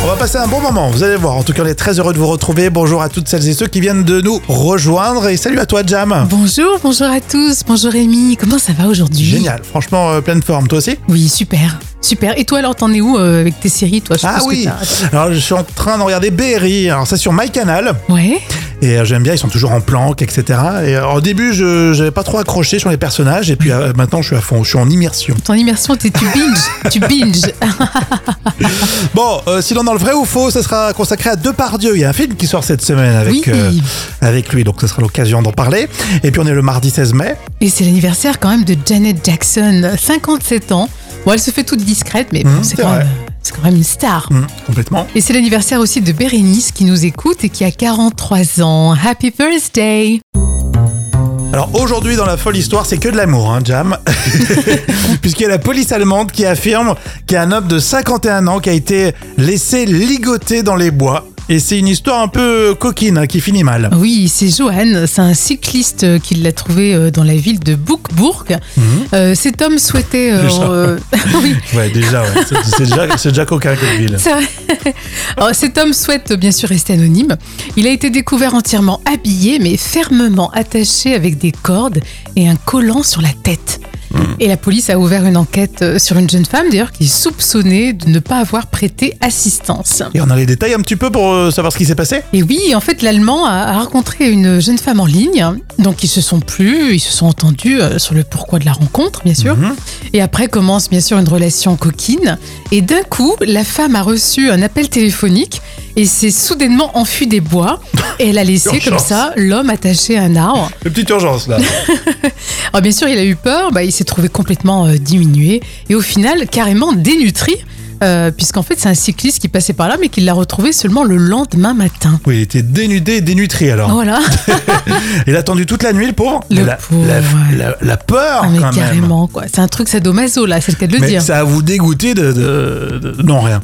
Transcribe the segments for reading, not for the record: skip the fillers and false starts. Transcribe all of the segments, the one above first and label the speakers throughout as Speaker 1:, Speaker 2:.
Speaker 1: On va passer un bon moment, vous allez voir. En tout cas, on est très heureux de vous retrouver. Bonjour à toutes celles et ceux qui viennent de nous rejoindre. Et salut à toi, Jam.
Speaker 2: Bonjour à tous. Bonjour Rémi. Comment ça va aujourd'hui ?
Speaker 1: Génial, franchement, pleine forme. Toi aussi ?
Speaker 2: Oui, super. Et toi, alors, t'en es où avec tes séries, toi ? Je pense
Speaker 1: oui.
Speaker 2: que
Speaker 1: Alors, je suis en train de regarder BRI. Alors, c'est sur MyCanal.
Speaker 2: Ouais.
Speaker 1: Et j'aime bien, ils sont toujours en planque, etc. Et au début, je n'avais pas trop accroché sur les personnages. Et puis maintenant, je suis à fond, je suis en immersion.
Speaker 2: Ton immersion, tu binges.
Speaker 1: Bon, sinon, dans le vrai ou faux, ça sera consacré à Depardieu. Il y a un film qui sort cette semaine avec lui. Donc, ça sera l'occasion d'en parler. Et puis, on est le mardi 16 mai.
Speaker 2: Et c'est l'anniversaire quand même de Janet Jackson, 57 ans. Bon, elle se fait toute discrète, mais bon, c'est quand même une star.
Speaker 1: Complètement.
Speaker 2: Et c'est l'anniversaire aussi de Bérénice qui nous écoute et qui a 43 ans. Happy birthday!
Speaker 1: Alors aujourd'hui dans la folle histoire, c'est que de l'amour, Jam. Puisqu'il y a la police allemande qui affirme qu'il y a un homme de 51 ans qui a été laissé ligoter dans les bois. Et c'est une histoire un peu coquine qui finit mal.
Speaker 2: Oui, c'est Johan, c'est un cycliste qui l'a trouvé dans la ville de Bookbourg. Cet homme souhaitait...
Speaker 1: oui. Ouais, déjà, c'est déjà coquin comme ville.
Speaker 2: C'est vrai. Alors, cet homme souhaite bien sûr rester anonyme. Il a été découvert entièrement habillé, mais fermement attaché avec des cordes et un collant sur la tête. Et la police a ouvert une enquête sur une jeune femme, d'ailleurs, qui est soupçonnée de ne pas avoir prêté assistance.
Speaker 1: Et on a les détails un petit peu pour savoir ce qui s'est passé ?
Speaker 2: Et oui, en fait, l'Allemand a rencontré une jeune femme en ligne. Donc, ils se sont entendus sur le pourquoi de la rencontre, bien sûr. Et après commence, bien sûr, une relation coquine. Et d'un coup, la femme a reçu un appel téléphonique et s'est soudainement enfuie des bois. Et elle a laissé comme ça l'homme attaché à un arbre.
Speaker 1: Une petite urgence, là.
Speaker 2: Alors, bien sûr, il a eu peur. Il s'est trouvé complètement diminué. Et au final, carrément dénutri. Puisqu'en fait, c'est un cycliste qui passait par là, mais qui l'a retrouvé seulement le lendemain matin.
Speaker 1: Oui, il était dénudé et dénutri, alors.
Speaker 2: Voilà.
Speaker 1: Il a attendu toute la nuit, le pauvre. La peur,
Speaker 2: mais
Speaker 1: quand
Speaker 2: carrément,
Speaker 1: même.
Speaker 2: quoi. C'est un truc sadomaso, là, c'est le cas de le dire.
Speaker 1: Mais ça a vous dégoûté Non, rien.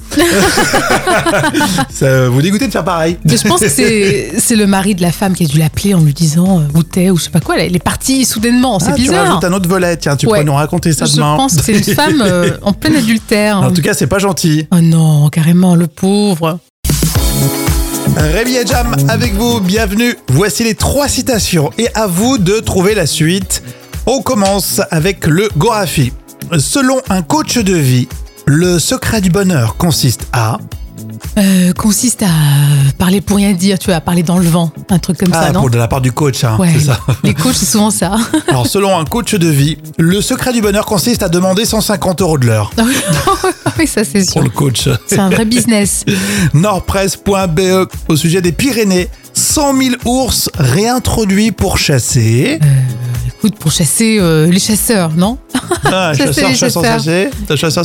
Speaker 1: Ça a vous dégoûté de faire pareil.
Speaker 2: Mais je pense que c'est le mari de la femme qui a dû l'appeler en lui disant où t'es, ou je sais pas quoi. Elle est partie soudainement, c'est bizarre.
Speaker 1: Tu rajoutes un autre volet, tiens, tu pourrais nous raconter ça demain.
Speaker 2: Je pense que c'est une femme en plein adultère.
Speaker 1: En tout cas, c'est pas gentil.
Speaker 2: Oh non, carrément, le pauvre.
Speaker 1: Rémi et Jam avec vous, bienvenue. Voici les 3 citations et à vous de trouver la suite. On commence avec le Gorafi. Selon un coach de vie, le secret du bonheur consiste à...
Speaker 2: Consiste à parler pour rien dire, tu vois, à parler dans le vent, un truc comme ça, non ?
Speaker 1: De la part du coach,
Speaker 2: ouais,
Speaker 1: c'est ça.
Speaker 2: Les coachs, c'est souvent ça.
Speaker 1: Alors, selon un coach de vie, le secret du bonheur consiste à demander 150 € de l'heure.
Speaker 2: Oui, ça c'est sûr.
Speaker 1: Pour le coach.
Speaker 2: C'est un vrai business.
Speaker 1: Nordpresse.be, au sujet des Pyrénées, 100 000 ours réintroduits pour chasser.
Speaker 2: Écoute, pour chasser les chasseurs, non ?
Speaker 1: Chasseur.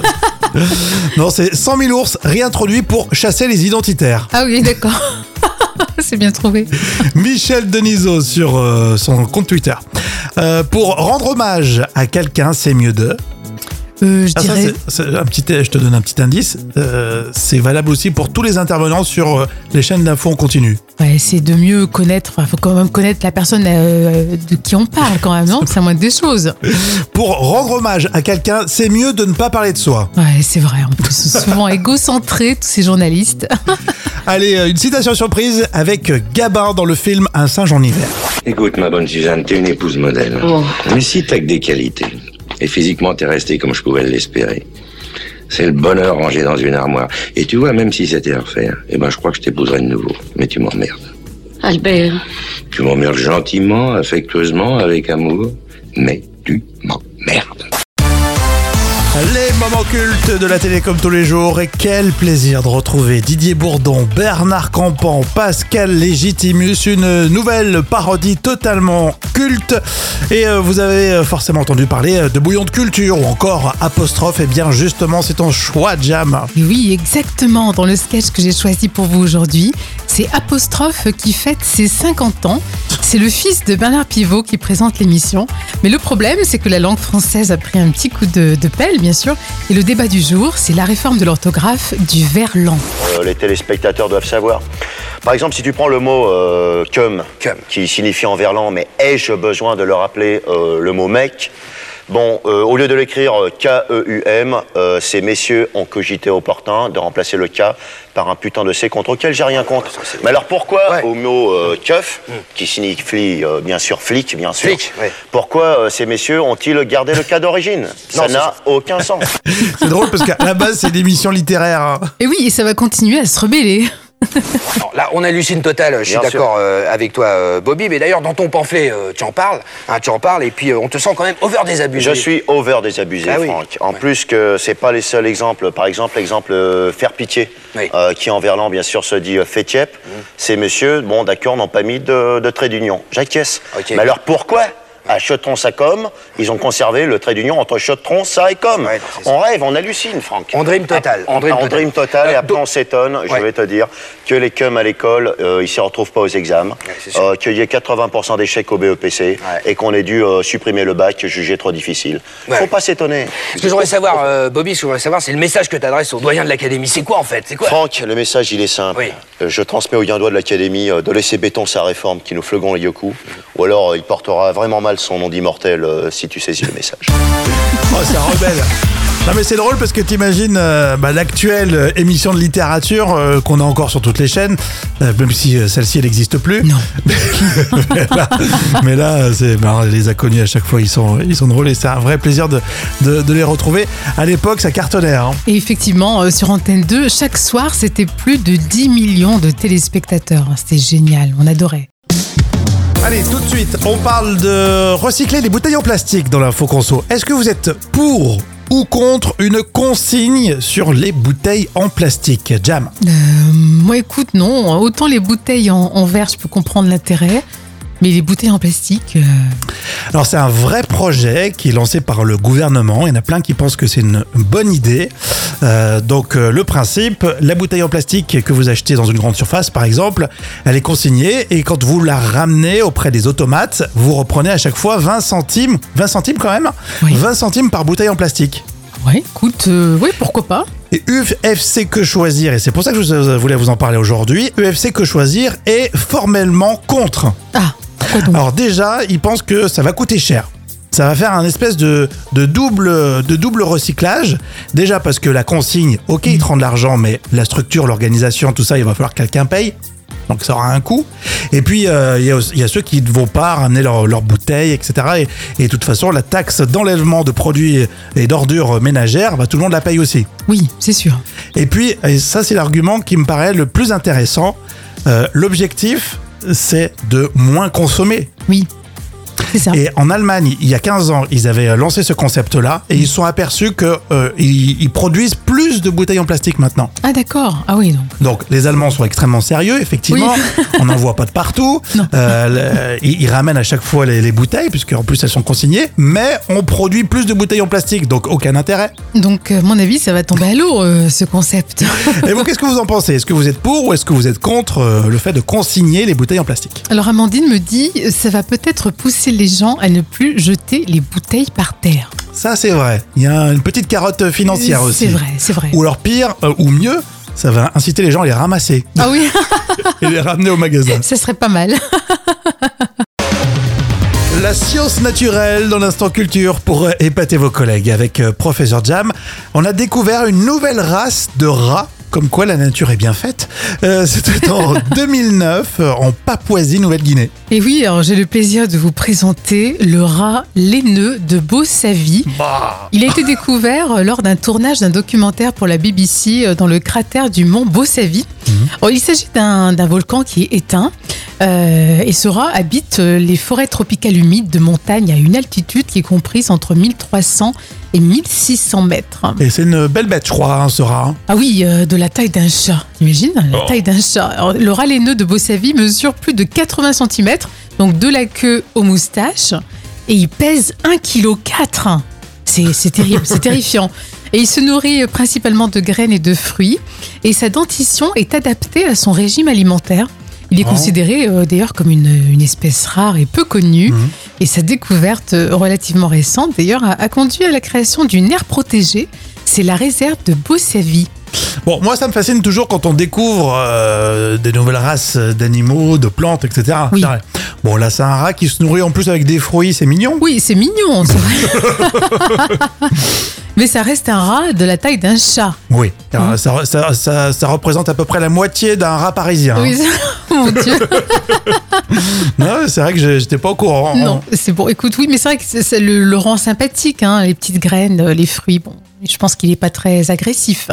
Speaker 1: Non, c'est 100 000 ours réintroduits pour chasser les identitaires.
Speaker 2: Ah oui, d'accord. C'est bien trouvé.
Speaker 1: Michel Denisot sur son compte Twitter. Pour rendre hommage à quelqu'un, c'est mieux de...
Speaker 2: dirais...
Speaker 1: je te donne un petit indice. C'est valable aussi pour tous les intervenants sur les chaînes d'infos en continu.
Speaker 2: Ouais, c'est de mieux connaître. Il faut quand même connaître la personne de qui on parle quand même, non ? C'est la moindre des choses.
Speaker 1: Pour rendre hommage à quelqu'un, c'est mieux de ne pas parler de soi.
Speaker 2: Ouais, c'est vrai. En plus, ils sont souvent égocentrés, tous ces journalistes.
Speaker 1: Allez, une citation surprise avec Gabin dans le film Un singe en hiver.
Speaker 3: Écoute, ma bonne Suzanne, t'es une épouse modèle.
Speaker 2: Oh.
Speaker 3: Mais si t'as que des qualités, et physiquement t'es restée comme je pouvais l'espérer, c'est le bonheur rangé dans une armoire. Et tu vois, même si c'était à refaire, je crois que je t'épouserais de nouveau. Mais tu m'emmerdes.
Speaker 4: Albert.
Speaker 3: Tu m'emmerdes gentiment, affectueusement, avec amour, mais tu m'emmerdes.
Speaker 1: Les moments cultes de la télé comme tous les jours, et quel plaisir de retrouver Didier Bourdon, Bernard Campan, Pascal Légitimus, une nouvelle parodie totalement culte. Et vous avez forcément entendu parler de Bouillon de culture ou encore Apostrophe. Et bien justement, c'est ton choix, Jam.
Speaker 2: Et oui, exactement. Dans le sketch que j'ai choisi pour vous aujourd'hui, c'est Apostrophe qui fête ses 50 ans. C'est le fils de Bernard Pivot qui présente l'émission. Mais le problème, c'est que la langue française a pris un petit coup de pelle, bien sûr. Et le débat du jour, c'est la réforme de l'orthographe du verlan.
Speaker 5: Les téléspectateurs doivent savoir. Par exemple, si tu prends le mot cum, qui signifie en verlan, mais ai-je besoin de le rappeler le mot mec ? Bon, au lieu de l'écrire K-E-U-M, ces messieurs ont cogité opportun de remplacer le K par un putain de C contre lequel j'ai rien contre. Mais alors pourquoi au mot keuf, qui signifie bien sûr flic, bien sûr, pourquoi ces messieurs ont-ils gardé le K d'origine? Ça n'a aucun sens.
Speaker 1: C'est drôle parce qu'à la base, c'est une émission littéraire. Hein.
Speaker 2: Et oui, et ça va continuer à se rebeller.
Speaker 4: Alors là, on hallucine total, je suis d'accord avec toi, Bobby, mais d'ailleurs, dans ton pamphlet, tu en parles, et puis on te sent quand même over désabusé.
Speaker 5: Je suis over désabusé, Franck. En plus que c'est pas les seuls exemples. Par exemple, l'exemple faire pitié, qui en verlan, bien sûr, se dit fait tiep. Ces messieurs, bon, d'accord, n'ont pas mis de trait d'union. J'acquiesce. Mais alors pourquoi à Chautron-Sacom, ils ont conservé le trait d'union entre Chautron, ça et com. On rêve, on hallucine, Franck.
Speaker 4: On dream total.
Speaker 5: On dream total, et après on s'étonne, je vais te dire, que les cums à l'école, ils s'y retrouvent pas aux examens, qu'il y ait 80% d'échecs au BEPC, et qu'on ait dû supprimer le bac jugé trop difficile. Faut pas s'étonner.
Speaker 4: Ce que j'aimerais savoir, Bobby, c'est le message que tu adresses aux doyens de l'académie. C'est quoi en fait?
Speaker 5: Franck, le message il est simple. Je transmets aux guindois de l'académie de laisser béton sa réforme qui nous fleurons les yoku, ou alors il portera vraiment mal son nom d'immortel si tu saisis le message.
Speaker 1: Oh, c'est rebelle. Non mais c'est drôle parce que t'imagines l'actuelle émission de littérature qu'on a encore sur toutes les chaînes, même si celle-ci elle n'existe plus.
Speaker 2: Non.
Speaker 1: mais là les a connus à chaque fois, ils sont drôles et c'est un vrai plaisir de les retrouver. À l'époque ça cartonnait. Hein.
Speaker 2: Et effectivement, sur Antenne 2, chaque soir c'était plus de 10 millions de téléspectateurs. C'était génial, on adorait.
Speaker 1: Allez, tout de suite, on parle de recycler les bouteilles en plastique dans l'info conso. Est-ce que vous êtes pour ou contre une consigne sur les bouteilles en plastique? Jam?
Speaker 2: Moi, écoute, non. Autant les bouteilles en verre, je peux comprendre l'intérêt. Mais les bouteilles en plastique...
Speaker 1: Alors c'est un vrai projet qui est lancé par le gouvernement. Il y en a plein qui pensent que c'est une bonne idée. Le principe, la bouteille en plastique que vous achetez dans une grande surface par exemple, elle est consignée et quand vous la ramenez auprès des automates, vous reprenez à chaque fois 20 centimes quand même, 20 centimes par bouteille en plastique.
Speaker 2: Ouais, écoute, pourquoi pas.
Speaker 1: Et UFC Que Choisir, et c'est pour ça que je voulais vous en parler aujourd'hui, UFC Que Choisir est formellement contre.
Speaker 2: Ah, pourquoi donc?
Speaker 1: Alors déjà, ils pensent que ça va coûter cher. Ça va faire un espèce de double recyclage. Déjà parce que la consigne, ok, ils te rendent l'argent, mais la structure, l'organisation, tout ça, il va falloir que quelqu'un paye. Donc ça aura un coût. Et puis il y a ceux qui ne vont pas ramener leurs bouteilles, etc. Et de toute façon, la taxe d'enlèvement de produits et d'ordures ménagères, tout le monde la paye aussi.
Speaker 2: Oui, c'est sûr.
Speaker 1: Et puis, et ça c'est l'argument qui me paraît le plus intéressant. L'objectif, c'est de moins consommer.
Speaker 2: Oui. C'est ça.
Speaker 1: Et en Allemagne, il y a 15 ans, ils avaient lancé ce concept-là et ils se sont aperçus qu'ils produisent plus de bouteilles en plastique maintenant.
Speaker 2: Ah d'accord, ah oui.
Speaker 1: Donc les Allemands sont extrêmement sérieux, effectivement. Oui. On n'en voit pas de partout. Ils ramènent à chaque fois les bouteilles, puisqu'en plus elles sont consignées, mais on produit plus de bouteilles en plastique, donc aucun intérêt.
Speaker 2: Donc à mon avis, ça va tomber à l'eau, ce concept.
Speaker 1: Et vous, qu'est-ce que vous en pensez? Est-ce que vous êtes pour ou est-ce que vous êtes contre le fait de consigner les bouteilles en plastique?
Speaker 2: Alors Amandine me dit, ça va peut-être pousser les gens à ne plus jeter les bouteilles par terre.
Speaker 1: Ça, c'est vrai. Il y a une petite carotte financière aussi.
Speaker 2: C'est vrai.
Speaker 1: Ou alors pire, ou mieux, ça va inciter les gens à les ramasser.
Speaker 2: Ah oui.
Speaker 1: Et les ramener au magasin.
Speaker 2: Ça serait pas mal.
Speaker 1: La science naturelle dans l'instant culture pour épater vos collègues. Avec Professeur Jam, on a découvert une nouvelle race de rats. Comme quoi la nature est bien faite. C'était en 2009 en Papouasie-Nouvelle-Guinée.
Speaker 2: Et oui, alors j'ai le plaisir de vous présenter le rat laineux de Bosavi. Il a été découvert lors d'un tournage d'un documentaire pour la BBC dans le cratère du mont Bosavi. Alors, il s'agit d'un volcan qui est éteint. Et ce rat habite les forêts tropicales humides de montagne à une altitude qui est comprise entre 1300 et 1600 mètres.
Speaker 1: Et c'est une belle bête, je crois, ce rat.
Speaker 2: Ah oui, de la taille d'un chat. Imagine, la taille d'un chat. Alors, le rat laineux de Bosavi mesure plus de 80 cm, donc de la queue aux moustaches, et il pèse 1,4 kg. C'est terrible, c'est terrifiant. Et il se nourrit principalement de graines et de fruits, et sa dentition est adaptée à son régime alimentaire. Il est considéré d'ailleurs comme une espèce rare et peu connue. Et sa découverte relativement récente d'ailleurs a conduit à la création d'une aire protégée. C'est la réserve de Bosavi.
Speaker 1: Bon, moi ça me fascine toujours quand on découvre des nouvelles races d'animaux, de plantes, etc.
Speaker 2: Oui.
Speaker 1: Bon, là, c'est un rat qui se nourrit en plus avec des fruits, c'est mignon.
Speaker 2: Oui, c'est mignon, c'est vrai. Mais ça reste un rat de la taille d'un chat.
Speaker 1: Oui, ça représente à peu près la moitié d'un rat parisien.
Speaker 2: Oui, mon Dieu.
Speaker 1: Non, c'est vrai que j'étais pas au courant.
Speaker 2: Non, c'est bon. Écoute, oui, mais c'est vrai que ça le rend sympathique, hein, les petites graines, les fruits. Bon, je pense qu'il est pas très agressif.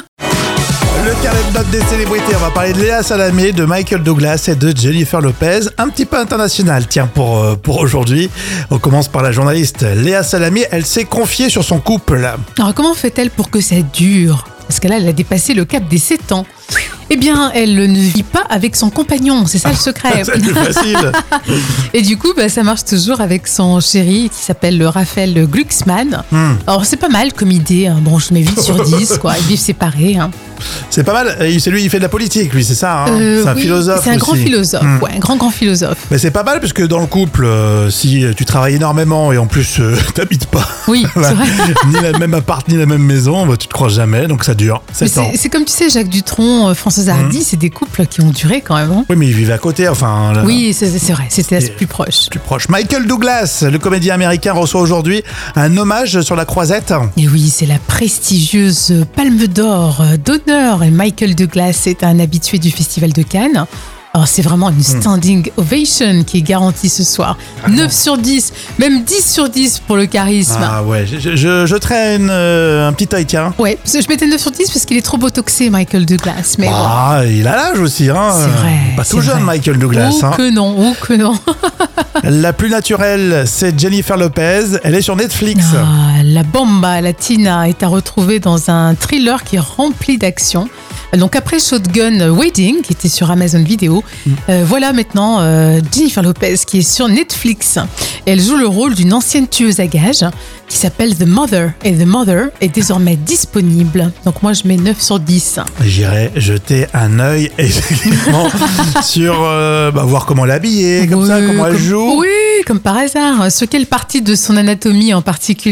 Speaker 1: Le carnet de notes des célébrités, on va parler de Léa Salamé, de Michael Douglas et de Jennifer Lopez. Un petit peu international, tiens, pour aujourd'hui. On commence par la journaliste Léa Salamé. Elle s'est confiée sur son couple.
Speaker 2: Alors, comment fait-elle pour que ça dure ? Parce que là, elle a dépassé le cap des 7 ans. Eh bien, elle ne vit pas avec son compagnon, c'est ça le secret.
Speaker 1: C'est plus facile.
Speaker 2: Et du coup, ça marche toujours avec son chéri qui s'appelle Raphaël Glucksmann. Alors, c'est pas mal comme idée. Hein. Bon, je mets 8 sur 10, quoi. Ils vivent séparés. Hein.
Speaker 1: C'est pas mal. C'est lui, il fait de la politique, lui, c'est ça. Hein. C'est un philosophe.
Speaker 2: C'est un grand philosophe, ouais, un grand philosophe.
Speaker 1: Mais c'est pas mal parce que dans le couple, si tu travailles énormément et en plus t'habites pas,
Speaker 2: oui, c'est vrai.
Speaker 1: ni la même appart ni la même maison, tu te croises jamais, donc ça dure.
Speaker 2: C'est comme tu sais, Jacques Dutronc, Françoise Hardy, c'est des couples qui ont duré quand même. Hein.
Speaker 1: Oui, mais ils vivaient à côté, enfin. Là,
Speaker 2: oui, c'est vrai, c'était plus proche.
Speaker 1: Plus proche. Michael Douglas, le comédien américain, reçoit aujourd'hui un hommage sur la croisette.
Speaker 2: Et oui, c'est la prestigieuse Palme d'Or d'honneur. Et Michael Douglas est un habitué du Festival de Cannes. Alors, c'est vraiment une standing ovation qui est garantie ce soir. 9 sur 10, même 10 sur 10 pour le charisme.
Speaker 1: Ah ouais, je traîne un petit œil, tiens.
Speaker 2: Ouais, je mettais 9 sur 10 parce qu'il est trop botoxé, Michael Douglas. Mais
Speaker 1: il a l'âge aussi, hein.
Speaker 2: C'est vrai.
Speaker 1: Pas tout jeune, Michael Douglas.
Speaker 2: Oh que non, oh que non.
Speaker 1: La plus naturelle, c'est Jennifer Lopez. Elle est sur Netflix.
Speaker 2: La bomba latina est à retrouver dans un thriller qui est rempli d'action. Donc après Shotgun Wedding, qui était sur Amazon Video, voilà maintenant Jennifer Lopez qui est sur Netflix. Et elle joue le rôle d'une ancienne tueuse à gages qui s'appelle The Mother. Et The Mother est désormais disponible. Donc moi, je mets 9 sur 10.
Speaker 1: J'irai jeter un œil effectivement sur voir comment l'habiller, comme ça, comment elle joue.
Speaker 2: Oui, comme par hasard. Sur quelle partie de son anatomie en particulier ?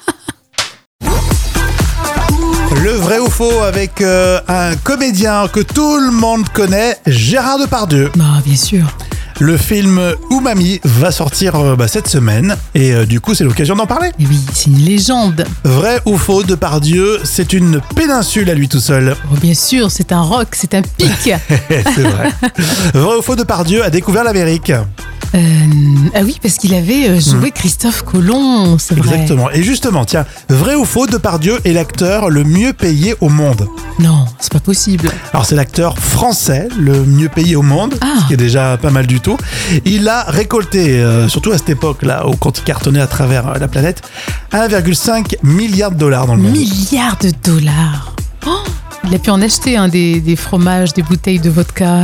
Speaker 1: Le vrai ou faux avec un comédien que tout le monde connaît, Gérard Depardieu.
Speaker 2: Bien sûr.
Speaker 1: Le film Umami va sortir cette semaine et du coup c'est l'occasion d'en parler.
Speaker 2: Et oui, c'est une légende.
Speaker 1: Vrai ou faux, Depardieu, c'est une péninsule à lui tout seul.
Speaker 2: Oh, bien sûr, c'est un roc, c'est un pic.
Speaker 1: C'est vrai. Vrai ou faux, Depardieu a découvert l'Amérique.
Speaker 2: Ah oui, parce qu'il avait joué Christophe Colomb, c'est vrai.
Speaker 1: Exactement. Et justement, tiens, vrai ou faux, Depardieu est l'acteur le mieux payé au monde.
Speaker 2: Non, c'est pas possible.
Speaker 1: Alors c'est l'acteur français le mieux payé au monde, ce qui est déjà pas mal du tout. Il a récolté, surtout à cette époque-là, quand il cartonnait à travers la planète, 1,5 milliard de dollars dans le monde.
Speaker 2: Milliards de dollars. Il a pu en acheter des fromages, des bouteilles de vodka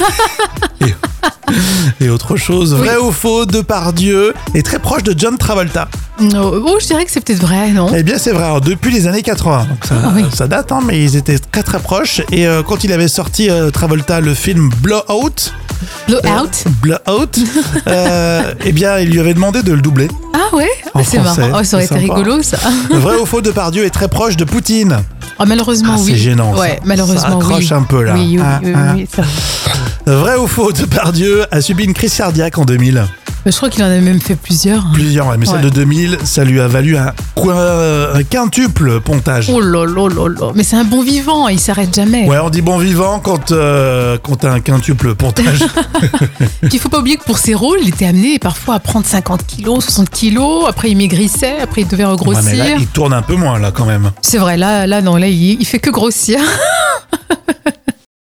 Speaker 1: et autre chose. Vrai ou faux, Depardieu est très proche de John Travolta.
Speaker 2: Oh, je dirais que c'est peut-être vrai, non ?
Speaker 1: Eh bien, c'est vrai. Alors, depuis les années 80. Donc ça date, hein, mais ils étaient très très proches. Et quand il avait sorti Travolta le film Blowout, eh bien, il lui avait demandé de le doubler.
Speaker 2: Ah ouais, c'est marrant. Ça aurait été rigolo, ça.
Speaker 1: Vrai ou faux, Depardieu est très proche de Poutine.
Speaker 2: Malheureusement, oui.
Speaker 1: C'est gênant.
Speaker 2: Ouais, malheureusement,
Speaker 1: ça accroche un peu là.
Speaker 2: Oui, c'est vrai.
Speaker 1: Vrai ou faux, Depardieu a subi une crise cardiaque en 2000.
Speaker 2: Je crois qu'il en a même fait plusieurs.
Speaker 1: Plusieurs, ouais, mais celle de 2000, ça lui a valu un quintuple pontage.
Speaker 2: Oh là là là là. Mais c'est un bon vivant, il s'arrête jamais.
Speaker 1: Ouais, on dit bon vivant quand t'as un quintuple pontage.
Speaker 2: Il faut pas oublier que pour ses rôles, il était amené parfois à prendre 50 kilos, 60 kilos. Après, il maigrissait, après, il devait regrossir.
Speaker 1: Ouais, mais là, il tourne un peu moins, là, quand même.
Speaker 2: C'est vrai, là, il fait que grossir.